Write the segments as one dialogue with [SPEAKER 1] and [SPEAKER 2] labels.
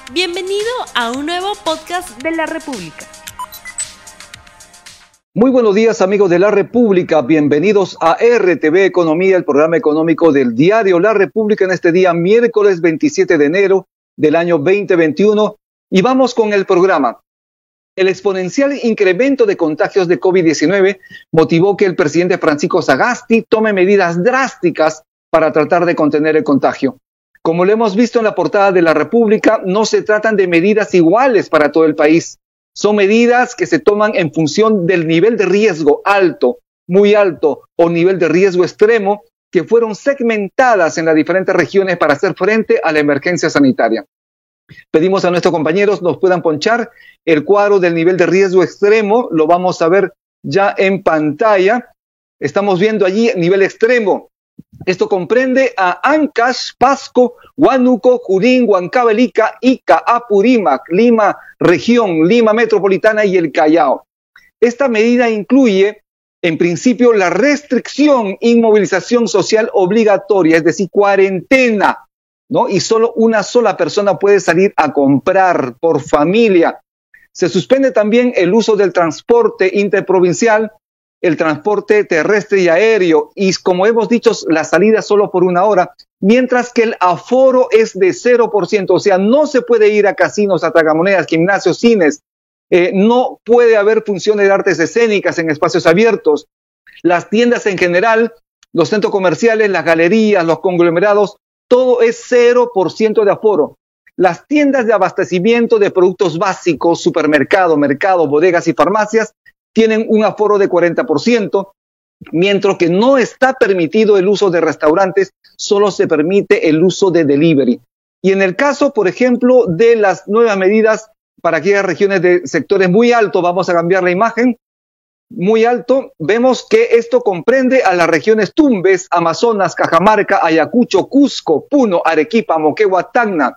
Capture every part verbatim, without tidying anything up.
[SPEAKER 1] Bienvenido a un nuevo podcast de La República.
[SPEAKER 2] Muy buenos días, amigos de La República. Bienvenidos a R T V Economía, el programa económico del diario La República, en este día miércoles veintisiete de enero del año veinte veintiuno. Y vamos con el programa. El exponencial incremento de contagios de COVID diecinueve motivó que el presidente Francisco Sagasti tome medidas drásticas para tratar de contener el contagio. Como lo hemos visto en la portada de La República, no se tratan de medidas iguales para todo el país. Son medidas que se toman en función del nivel de riesgo alto, muy alto o nivel de riesgo extremo, que fueron segmentadas en las diferentes regiones para hacer frente a la emergencia sanitaria. Pedimos a nuestros compañeros nos puedan ponchar el cuadro del nivel de riesgo extremo. Lo vamos a ver ya en pantalla. Estamos viendo allí nivel extremo. Esto comprende a Ancash, Pasco, Huánuco, Junín, Huancavelica, Ica, Apurímac, Lima Región, Lima Metropolitana y el Callao. Esta medida incluye, en principio, la restricción, inmovilización social obligatoria, es decir, cuarentena, ¿no? Y solo una sola persona puede salir a comprar por familia. Se suspende también el uso del transporte interprovincial, el transporte terrestre y aéreo, y como hemos dicho, la salida solo por una hora, mientras que el aforo es de cero por ciento, o sea, no se puede ir a casinos, a tragamonedas, gimnasios, cines, eh, no puede haber funciones de artes escénicas en espacios abiertos. Las tiendas en general, los centros comerciales, las galerías, los conglomerados, todo es cero por ciento de aforo. Las tiendas de abastecimiento de productos básicos, supermercado, mercado, bodegas y farmacias, tienen un aforo de cuarenta por ciento, mientras que no está permitido el uso de restaurantes, solo se permite el uso de delivery. Y en el caso, por ejemplo, de las nuevas medidas para aquellas regiones de sectores muy altos, vamos a cambiar la imagen, muy alto, vemos que esto comprende a las regiones Tumbes, Amazonas, Cajamarca, Ayacucho, Cusco, Puno, Arequipa, Moquegua, Tacna.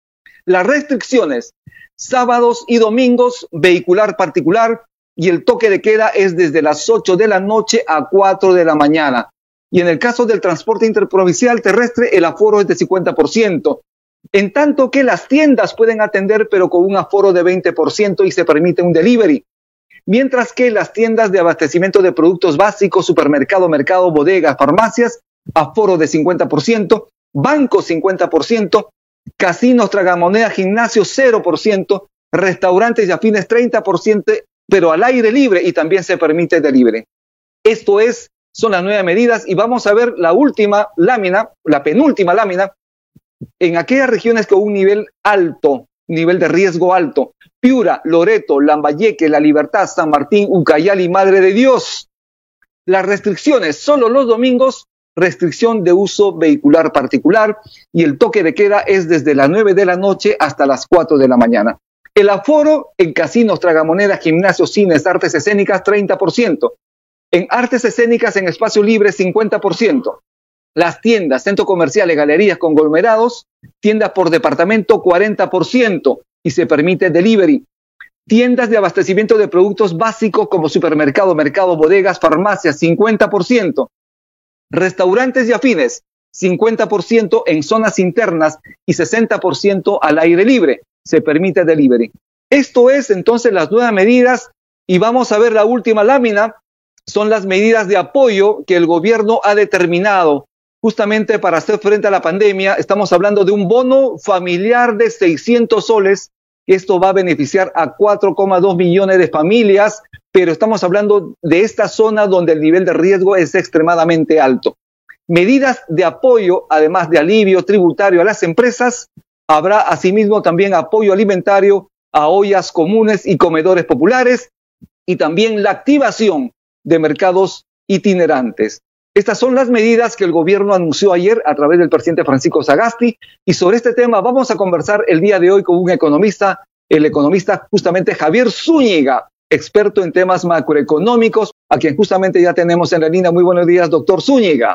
[SPEAKER 2] Las restricciones, sábados y domingos, vehicular particular, y el toque de queda es desde las ocho de la noche a cuatro de la mañana. Y en el caso del transporte interprovincial terrestre, el aforo es de cincuenta por ciento. En tanto que las tiendas pueden atender, pero con un aforo de veinte por ciento y se permite un delivery. Mientras que las tiendas de abastecimiento de productos básicos, supermercado, mercado, bodegas, farmacias, aforo de cincuenta por ciento, bancos cincuenta por ciento, casinos, tragamonedas, gimnasios cero por ciento, restaurantes y afines treinta por ciento, pero al aire libre y también se permite delivery. Esto es, son las nueve medidas y vamos a ver la última lámina, la penúltima lámina, en aquellas regiones con un nivel alto, nivel de riesgo alto. Piura, Loreto, Lambayeque, La Libertad, San Martín, Ucayali, Madre de Dios. Las restricciones, solo los domingos, restricción de uso vehicular particular y el toque de queda es desde las nueve de la noche hasta las cuatro de la mañana. El aforo en casinos, tragamonedas, gimnasios, cines, artes escénicas, treinta por ciento. En artes escénicas en espacio libre, cincuenta por ciento. Las tiendas, centros comerciales, galerías, conglomerados, tiendas por departamento, cuarenta por ciento y se permite delivery. Tiendas de abastecimiento de productos básicos como supermercado, mercado, bodegas, farmacias, cincuenta por ciento. Restaurantes y afines, cincuenta por ciento en zonas internas y sesenta por ciento al aire libre. Se permite delivery. Esto es entonces las nuevas medidas y vamos a ver la última lámina. Son las medidas de apoyo que el gobierno ha determinado justamente para hacer frente a la pandemia. Estamos hablando de un bono familiar de seiscientos soles. Esto va a beneficiar a cuatro coma dos millones de familias, pero estamos hablando de esta zona donde el nivel de riesgo es extremadamente alto. Medidas de apoyo, además de alivio tributario a las empresas. Habrá asimismo también apoyo alimentario a ollas comunes y comedores populares y también la activación de mercados itinerantes. Estas son las medidas que el gobierno anunció ayer a través del presidente Francisco Sagasti y sobre este tema vamos a conversar el día de hoy con un economista, el economista justamente Javier Zúñiga, experto en temas macroeconómicos, a quien justamente ya tenemos en la línea. Muy buenos días, doctor Zúñiga.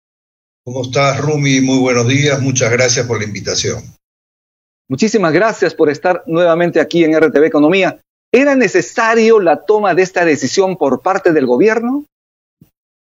[SPEAKER 3] ¿Cómo estás, Rumi? Muy buenos días, muchas gracias por la invitación.
[SPEAKER 2] Muchísimas gracias por estar nuevamente aquí en R T V Economía. ¿Era necesario la toma de esta decisión por parte del gobierno?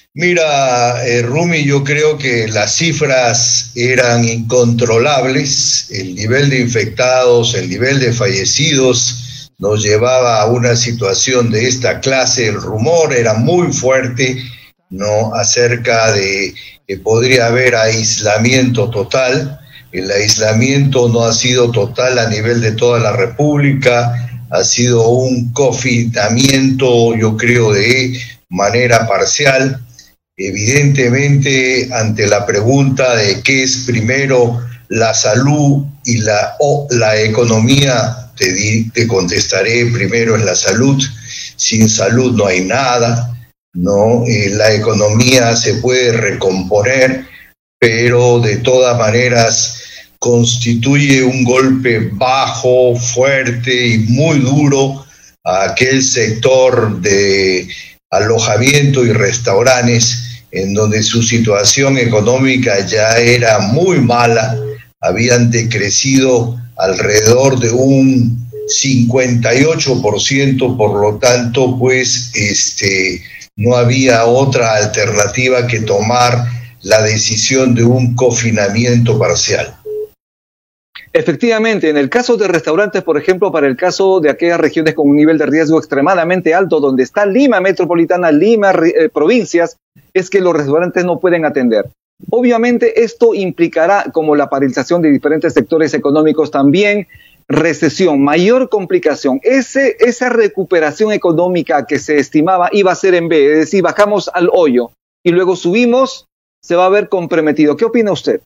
[SPEAKER 3] Mira, eh, Rumi, yo creo que las cifras eran incontrolables, el nivel de infectados, el nivel de fallecidos nos llevaba a una situación de esta clase. El rumor era muy fuerte, ¿no?, acerca de que podría haber aislamiento total. El aislamiento no ha sido total a nivel de toda la República, ha sido un confinamiento, yo creo, de manera parcial. Evidentemente, ante la pregunta de qué es primero, la salud y la, o la economía, te, di, te contestaré, primero es la salud. Sin salud no hay nada, ¿no? Eh, la economía se puede recomponer, pero de todas maneras constituye un golpe bajo, fuerte y muy duro a aquel sector de alojamiento y restaurantes, en donde su situación económica ya era muy mala, habían decrecido alrededor de un cincuenta y ocho por ciento, por lo tanto, pues este, no había otra alternativa que tomar la decisión de un confinamiento parcial.
[SPEAKER 2] Efectivamente, en el caso de restaurantes, por ejemplo, para el caso de aquellas regiones con un nivel de riesgo extremadamente alto, donde está Lima metropolitana, Lima eh, provincias, es que los restaurantes no pueden atender. Obviamente esto implicará, como la paralización de diferentes sectores económicos también, recesión, mayor complicación. Ese, esa recuperación económica que se estimaba iba a ser en B, es decir, bajamos al hoyo y luego subimos, se va a ver comprometido. ¿Qué opina usted?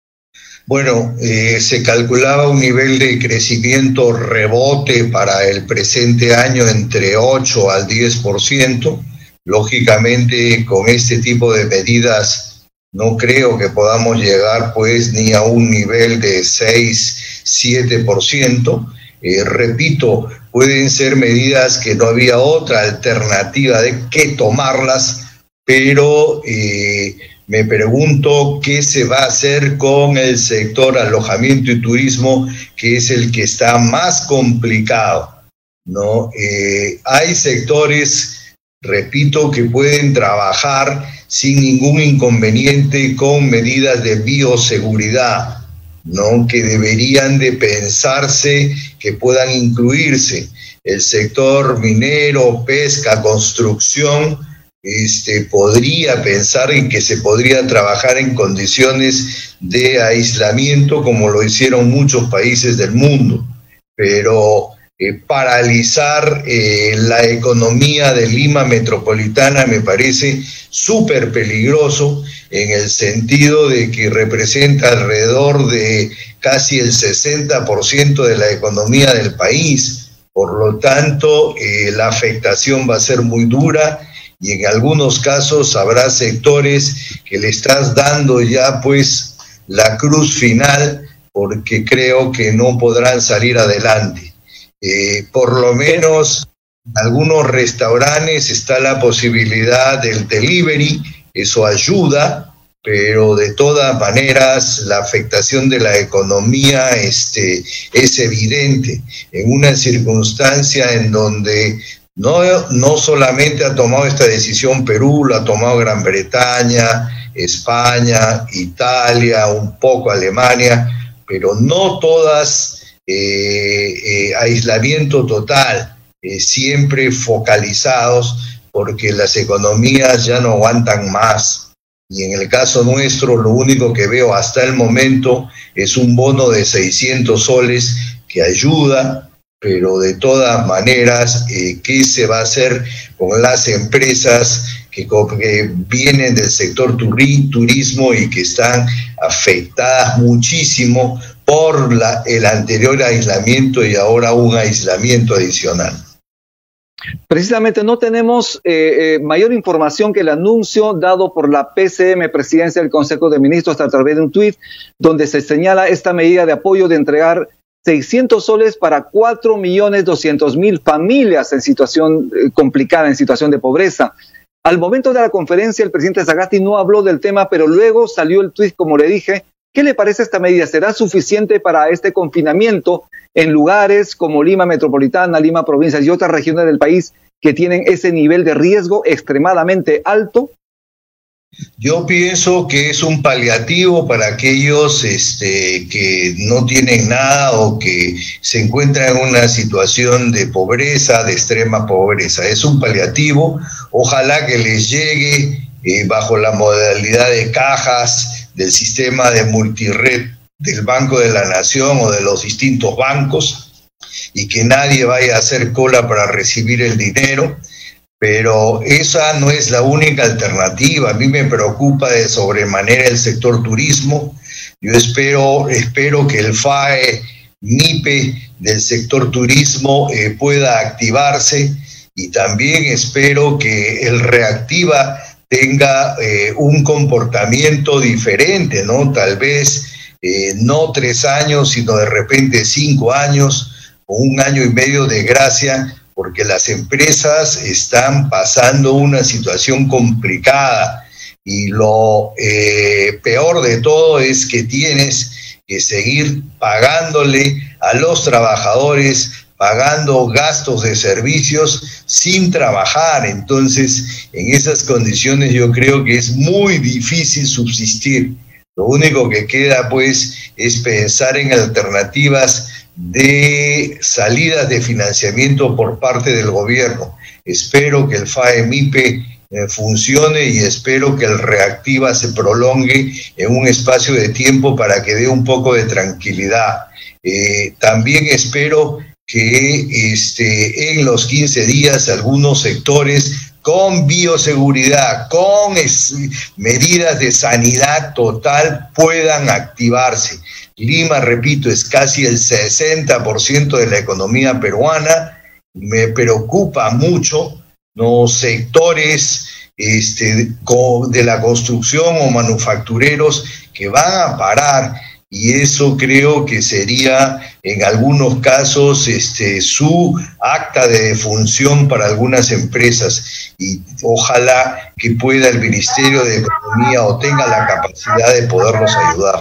[SPEAKER 3] Bueno, eh, se calculaba un nivel de crecimiento rebote para el presente año entre ocho al diez por ciento. Lógicamente, con este tipo de medidas no creo que podamos llegar pues ni a un nivel de seis, siete por ciento. Eh, repito, pueden ser medidas que no había otra alternativa de que tomarlas, pero eh, me pregunto qué se va a hacer con el sector alojamiento y turismo, que es el que está más complicado, ¿no? Eh, hay sectores, repito, que pueden trabajar sin ningún inconveniente con medidas de bioseguridad, ¿no?, que deberían de pensarse que puedan incluirse. El sector minero, pesca, construcción, Este, podría pensar en que se podría trabajar en condiciones de aislamiento como lo hicieron muchos países del mundo, pero eh, paralizar eh, la economía de Lima metropolitana me parece súper peligroso, en el sentido de que representa alrededor de casi el sesenta por ciento de la economía del país. Por lo tanto, eh, la afectación va a ser muy dura, y en algunos casos habrá sectores que le estás dando ya pues la cruz final, porque creo que no podrán salir adelante. Eh, por lo menos en algunos restaurantes está la posibilidad del delivery, eso ayuda, pero de todas maneras la afectación de la economía este, es evidente en una circunstancia en donde No, no solamente ha tomado esta decisión Perú, lo ha tomado Gran Bretaña, España, Italia, un poco Alemania, pero no todas eh, eh, aislamiento total, eh, siempre focalizados, porque las economías ya no aguantan más. Y en el caso nuestro, lo único que veo hasta el momento es un bono de seiscientos soles que ayuda, pero de todas maneras, eh, ¿qué se va a hacer con las empresas que, que vienen del sector turi, turismo y que están afectadas muchísimo por la, el anterior aislamiento y ahora un aislamiento adicional?
[SPEAKER 2] Precisamente no tenemos eh, eh, mayor información que el anuncio dado por la P C M, Presidencia del Consejo de Ministros, a través de un tuit donde se señala esta medida de apoyo de entregar seiscientos soles para cuatro millones doscientos mil familias en situación eh, complicada, en situación de pobreza. Al momento de la conferencia, el presidente Sagasti no habló del tema, pero luego salió el tuit, como le dije. ¿Qué le parece esta medida? ¿Será suficiente para este confinamiento en lugares como Lima metropolitana, Lima provincias y otras regiones del país que tienen ese nivel de riesgo extremadamente alto?
[SPEAKER 3] Yo pienso que es un paliativo para aquellos este, que no tienen nada o que se encuentran en una situación de pobreza, de extrema pobreza. Es un paliativo, ojalá que les llegue eh, bajo la modalidad de cajas del sistema de multired del Banco de la Nación o de los distintos bancos, y que nadie vaya a hacer cola para recibir el dinero. Pero esa no es la única alternativa. A mí me preocupa de sobremanera el sector turismo. Yo espero, espero que el F A E M I P E del sector turismo eh, pueda activarse, y también espero que el Reactiva tenga eh, un comportamiento diferente, ¿no? Tal vez eh, no tres años, sino de repente cinco años o un año y medio de gracia, porque las empresas están pasando una situación complicada, y lo eh, peor de todo es que tienes que seguir pagándole a los trabajadores, pagando gastos de servicios sin trabajar. Entonces, en esas condiciones yo creo que es muy difícil subsistir. Lo único que queda, pues, es pensar en alternativas de salidas de financiamiento por parte del gobierno. Espero que el F A E M I P E eh, funcione, y espero que el Reactiva se prolongue en un espacio de tiempo para que dé un poco de tranquilidad. Eh, también espero que este, en los quince días algunos sectores con bioseguridad, con es, medidas de sanidad total puedan activarse. Lima, repito, es casi el sesenta por ciento de la economía peruana. Me preocupa mucho los sectores este, de la construcción o manufactureros que van a parar, y eso creo que sería en algunos casos este, su acta de defunción para algunas empresas, y ojalá que pueda el Ministerio de Economía o tenga la capacidad de poderlos ayudar.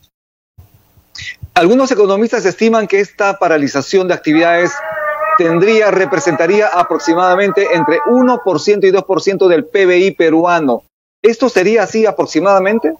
[SPEAKER 2] Algunos economistas estiman que esta paralización de actividades tendría, representaría aproximadamente entre uno por ciento y dos por ciento del P B I peruano. ¿Esto sería así aproximadamente?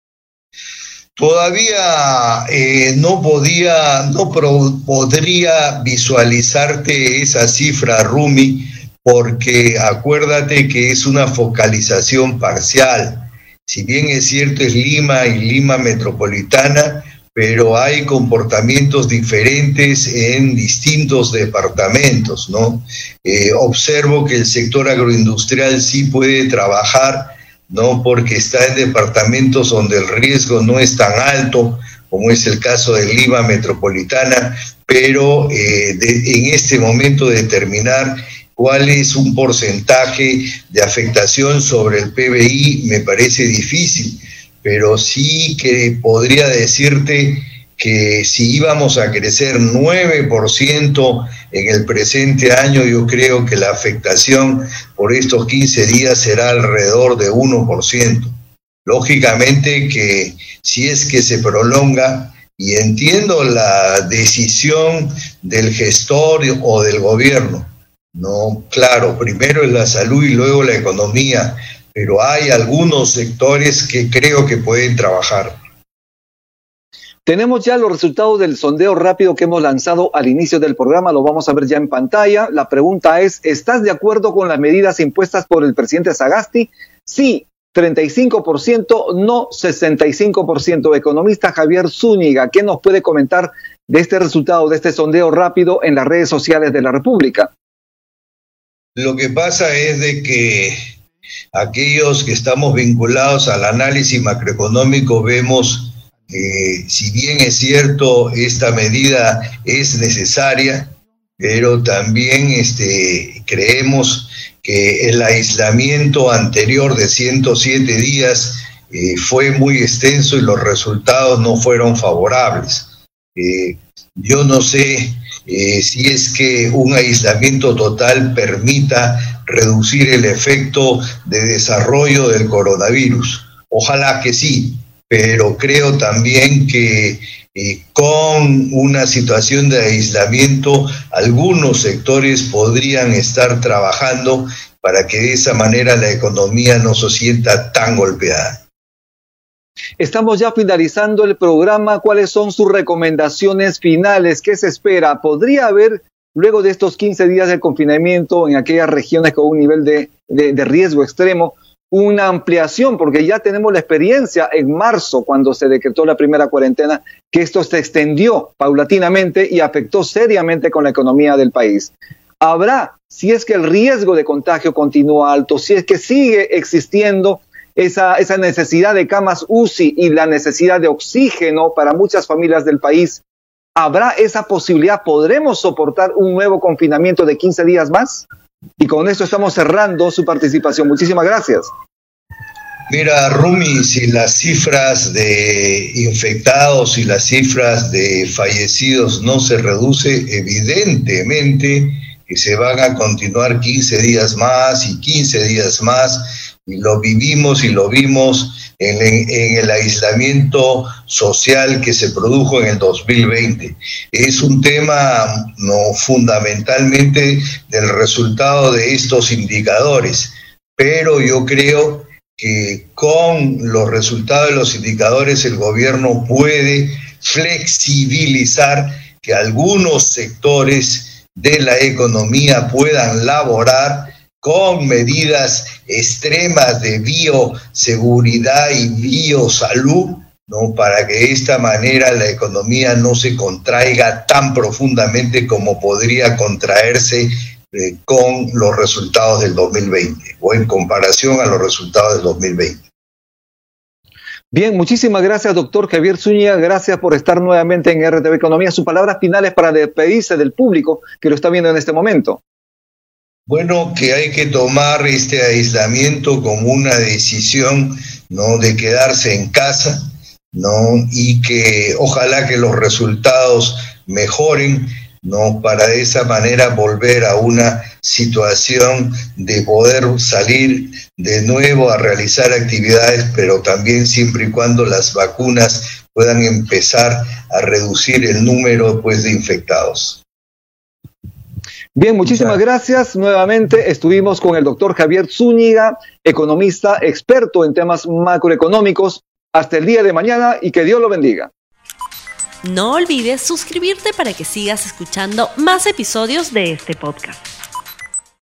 [SPEAKER 3] Todavía eh, no podía, no pro, podría visualizarte esa cifra, Rumi, porque acuérdate que es una focalización parcial. Si bien es cierto es Lima y Lima metropolitana, pero hay comportamientos diferentes en distintos departamentos, ¿no? Eh, observo que el sector agroindustrial sí puede trabajar, ¿no? Porque está en departamentos donde el riesgo no es tan alto, como es el caso de Lima metropolitana, pero eh, de, en este momento determinar cuál es un porcentaje de afectación sobre el P B I me parece difícil. Pero sí que podría decirte que si íbamos a crecer nueve por ciento en el presente año, yo creo que la afectación por estos quince días será alrededor de uno por ciento. Lógicamente que si es que se prolonga, y entiendo la decisión del gestor o del gobierno, no, claro, primero es la salud y luego la economía, pero hay algunos sectores que creo que pueden trabajar.
[SPEAKER 2] Tenemos ya los resultados del sondeo rápido que hemos lanzado al inicio del programa, lo vamos a ver ya en pantalla. La pregunta es, ¿estás de acuerdo con las medidas impuestas por el presidente Sagasti? Sí, treinta y cinco por ciento, no sesenta y cinco por ciento. Economista Javier Zúñiga, ¿qué nos puede comentar de este resultado, de este sondeo rápido en las redes sociales de la República?
[SPEAKER 3] Lo que pasa es de que aquellos que estamos vinculados al análisis macroeconómico vemos que, si bien es cierto, esta medida es necesaria, pero también este, creemos que el aislamiento anterior de ciento siete días eh, fue muy extenso y los resultados no fueron favorables. Eh, yo no sé eh, si es que un aislamiento total permita reducir el efecto de desarrollo del coronavirus. Ojalá que sí, pero creo también que eh, con una situación de aislamiento algunos sectores podrían estar trabajando para que de esa manera la economía no se sienta tan golpeada.
[SPEAKER 2] Estamos ya finalizando el programa. ¿Cuáles son sus recomendaciones finales? ¿Qué se espera? ¿Podría haber, luego de estos quince días de confinamiento en aquellas regiones con un nivel de, de, de riesgo extremo, una ampliación? Porque ya tenemos la experiencia en marzo, cuando se decretó la primera cuarentena, que esto se extendió paulatinamente y afectó seriamente con la economía del país. Habrá, si es que el riesgo de contagio continúa alto, si es que sigue existiendo esa, esa necesidad de camas U C I y la necesidad de oxígeno para muchas familias del país, ¿habrá esa posibilidad? ¿Podremos soportar un nuevo confinamiento de quince días más? Y con esto estamos cerrando su participación. Muchísimas gracias.
[SPEAKER 3] Mira, Rumi, si las cifras de infectados y las cifras de fallecidos no se reducen, evidentemente que se van a continuar quince días más y quince días más, y lo vivimos y lo vimos en, en el aislamiento social que se produjo en el dos mil veinte. Es un tema no fundamentalmente del resultado de estos indicadores, pero yo creo que con los resultados de los indicadores el gobierno puede flexibilizar que algunos sectores de la economía puedan laborar con medidas extremas de bioseguridad y biosalud, ¿no? Para que de esta manera la economía no se contraiga tan profundamente como podría contraerse eh, con los resultados del dos mil veinte o en comparación a los resultados del dos mil veinte.
[SPEAKER 2] Bien, muchísimas gracias, doctor Javier Zúñiga. Gracias por estar nuevamente en R T V Economía. Sus palabras finales para despedirse del público que lo está viendo en este momento.
[SPEAKER 3] Bueno, que hay que tomar este aislamiento como una decisión, ¿no?, de quedarse en casa, ¿no?, y que ojalá que los resultados mejoren, ¿no?, para de esa manera volver a una situación de poder salir de nuevo a realizar actividades, pero también siempre y cuando las vacunas puedan empezar a reducir el número, pues, de infectados.
[SPEAKER 2] Bien, muchísimas gracias. Nuevamente estuvimos con el doctor Javier Zúñiga, economista experto en temas macroeconómicos. Hasta el día de mañana y que Dios lo bendiga.
[SPEAKER 1] No olvides suscribirte para que sigas escuchando más episodios de este podcast.